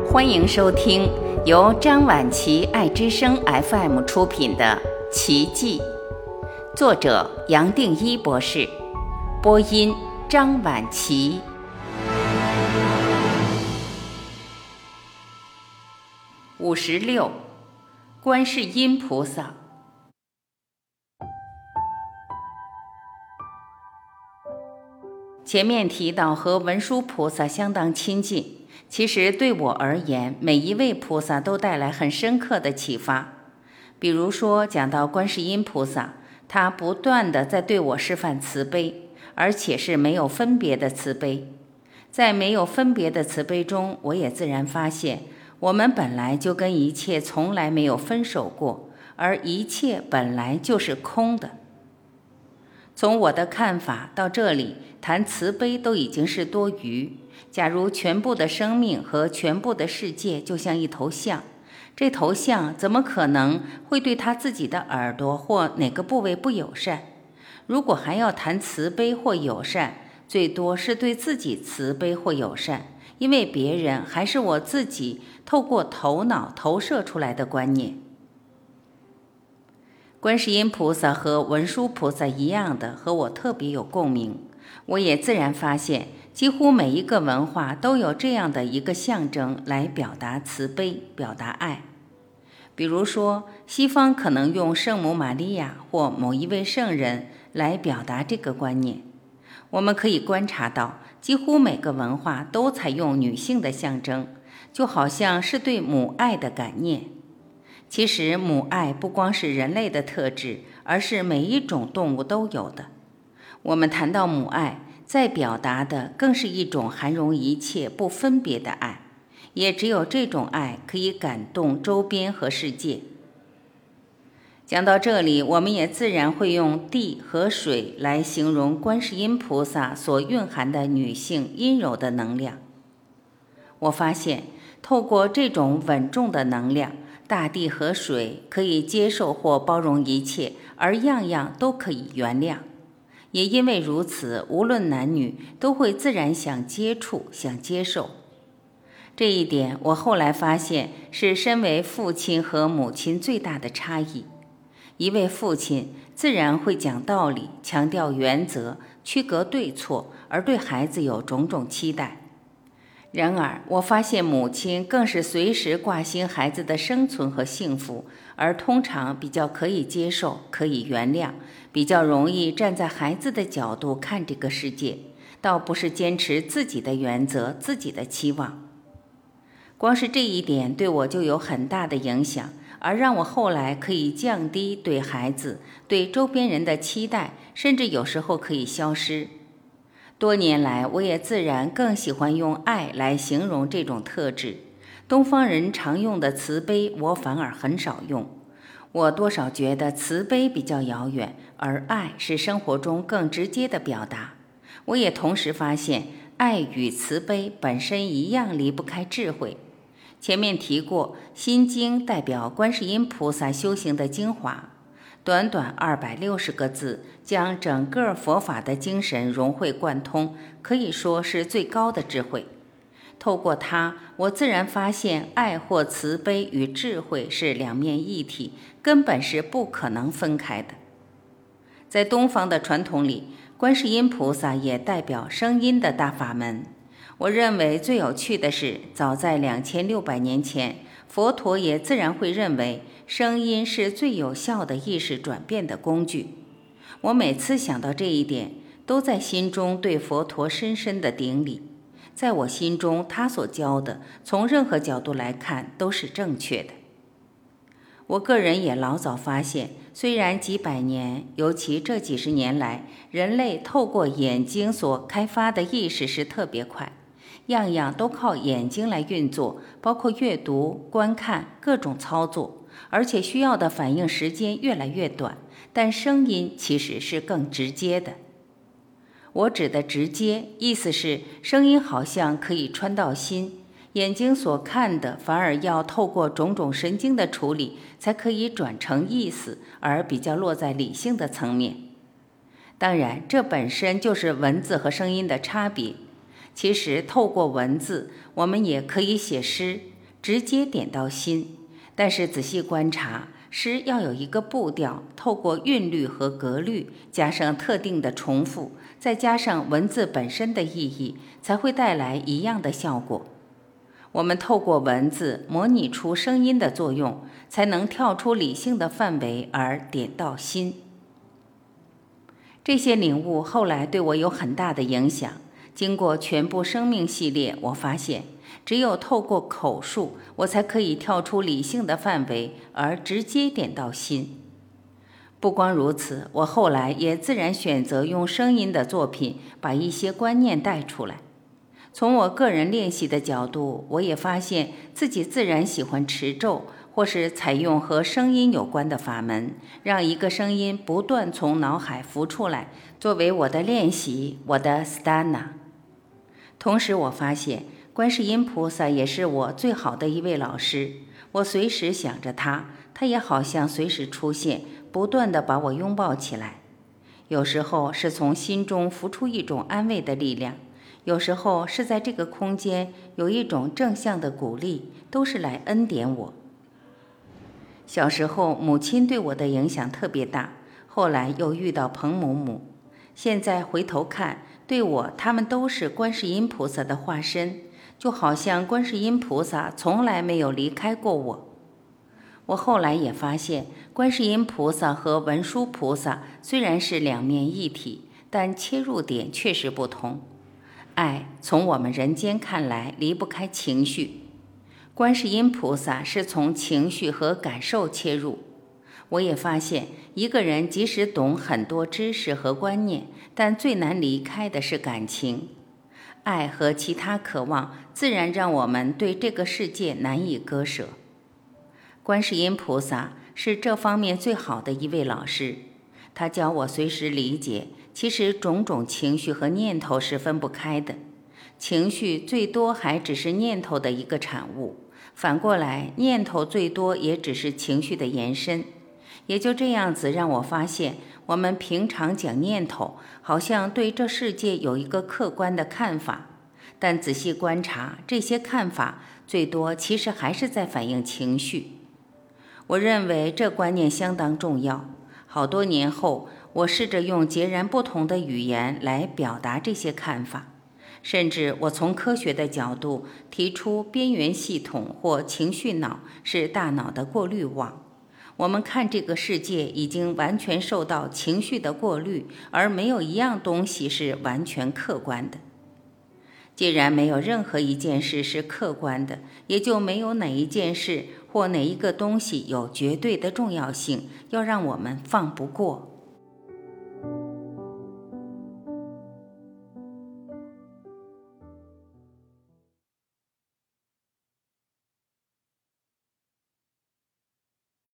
欢迎收听由张晚琪爱之声 FM 出品的《奇迹》，作者杨定一博士，播音张晚琪。56. 观世音菩萨。前面提到和文殊菩萨相当亲近，其实对我而言，每一位菩萨都带来很深刻的启发。比如说讲到观世音菩萨，他不断地在对我示范慈悲，而且是没有分别的慈悲。在没有分别的慈悲中，我也自然发现，我们本来就跟一切从来没有分手过，而一切本来就是空的。从我的看法到这里，谈慈悲都已经是多余。假如全部的生命和全部的世界就像一头象，这头象怎么可能会对他自己的耳朵或哪个部位不友善？如果还要谈慈悲或友善，最多是对自己慈悲或友善，因为别人还是我自己透过头脑投射出来的观念。观世音菩萨和文殊菩萨一样的和我特别有共鸣，我也自然发现几乎每一个文化都有这样的一个象征来表达慈悲，表达爱。比如说西方可能用圣母玛利亚或某一位圣人来表达这个观念。我们可以观察到几乎每个文化都采用女性的象征，就好像是对母爱的感念。其实母爱不光是人类的特质，而是每一种动物都有的。我们谈到母爱，在表达的更是一种含容一切不分别的爱，也只有这种爱可以感动周边和世界。讲到这里，我们也自然会用地和水来形容观世音菩萨所蕴含的女性阴柔的能量。我发现透过这种稳重的能量，大地和水可以接受或包容一切，而样样都可以原谅。也因为如此，无论男女都会自然想接触，想接受。这一点我后来发现是身为父亲和母亲最大的差异。一位父亲自然会讲道理，强调原则，区隔对错，而对孩子有种种期待。然而我发现母亲更是随时挂心孩子的生存和幸福，而通常比较可以接受，可以原谅，比较容易站在孩子的角度看这个世界，倒不是坚持自己的原则，自己的期望。光是这一点对我就有很大的影响，而让我后来可以降低对孩子、对周边人的期待，甚至有时候可以消失。多年来，我也自然更喜欢用爱来形容这种特质。东方人常用的慈悲，我反而很少用。我多少觉得慈悲比较遥远，而爱是生活中更直接的表达。我也同时发现，爱与慈悲本身一样离不开智慧。前面提过，心经代表观世音菩萨修行的精华，短短260个字，将整个佛法的精神融会贯通，可以说是最高的智慧。透过它，我自然发现爱或慈悲与智慧是两面一体，根本是不可能分开的。在东方的传统里，观世音菩萨也代表声音的大法门。我认为最有趣的是，早在2600年前，佛陀也自然会认为声音是最有效的意识转变的工具。我每次想到这一点，都在心中对佛陀深深的顶礼。在我心中，他所教的，从任何角度来看都是正确的。我个人也老早发现，虽然几百年，尤其这几十年来，人类透过眼睛所开发的意识是特别快，样样都靠眼睛来运作，包括阅读、观看各种操作，而且需要的反应时间越来越短，但声音其实是更直接的。我指的直接，意思是声音好像可以穿到心，眼睛所看的反而要透过种种神经的处理，才可以转成意思，而比较落在理性的层面。当然，这本身就是文字和声音的差别。其实透过文字，我们也可以写诗， 直接点到心。但是仔细观察，诗要有一个步调，透过韵律和格律，加上特定的重复，再加上文字本身的意义，才会带来一样的效果。我们透过文字模拟出声音的作用，才能跳出理性的范围而点到心。这些领悟后来对我有很大的影响。经过全部生命系列，我发现只有透过口述，我才可以跳出理性的范围而直接点到心。不光如此，我后来也自然选择用声音的作品把一些观念带出来。从我个人练习的角度，我也发现自己自然喜欢持咒，或是采用和声音有关的法门，让一个声音不断从脑海浮出来，作为我的练习，我的 sthana。 同时我发现观世音菩萨也是我最好的一位老师，我随时想着他，他也好像随时出现，不断地把我拥抱起来。有时候是从心中浮出一种安慰的力量，有时候是在这个空间有一种正向的鼓励，都是来恩典我。小时候母亲对我的影响特别大，后来又遇到彭母母，现在回头看，对我他们都是观世音菩萨的化身，就好像观世音菩萨从来没有离开过我。我后来也发现，观世音菩萨和文殊菩萨虽然是两面一体，但切入点确实不同。爱从我们人间看来离不开情绪，观世音菩萨是从情绪和感受切入。我也发现，一个人即使懂很多知识和观念，但最难离开的是感情。爱和其他渴望自然让我们对这个世界难以割舍。观世音菩萨是这方面最好的一位老师，他教我随时理解，其实种种情绪和念头是分不开的，情绪最多还只是念头的一个产物，反过来念头最多也只是情绪的延伸。也就这样子让我发现，我们平常讲念头，好像对这世界有一个客观的看法，但仔细观察，这些看法最多其实还是在反映情绪。我认为这观念相当重要。好多年后，我试着用截然不同的语言来表达这些看法，甚至我从科学的角度提出边缘系统或情绪脑是大脑的过滤网。我们看这个世界已经完全受到情绪的过滤，而没有一样东西是完全客观的。既然没有任何一件事是客观的，也就没有哪一件事或哪一个东西有绝对的重要性，要让我们放不过。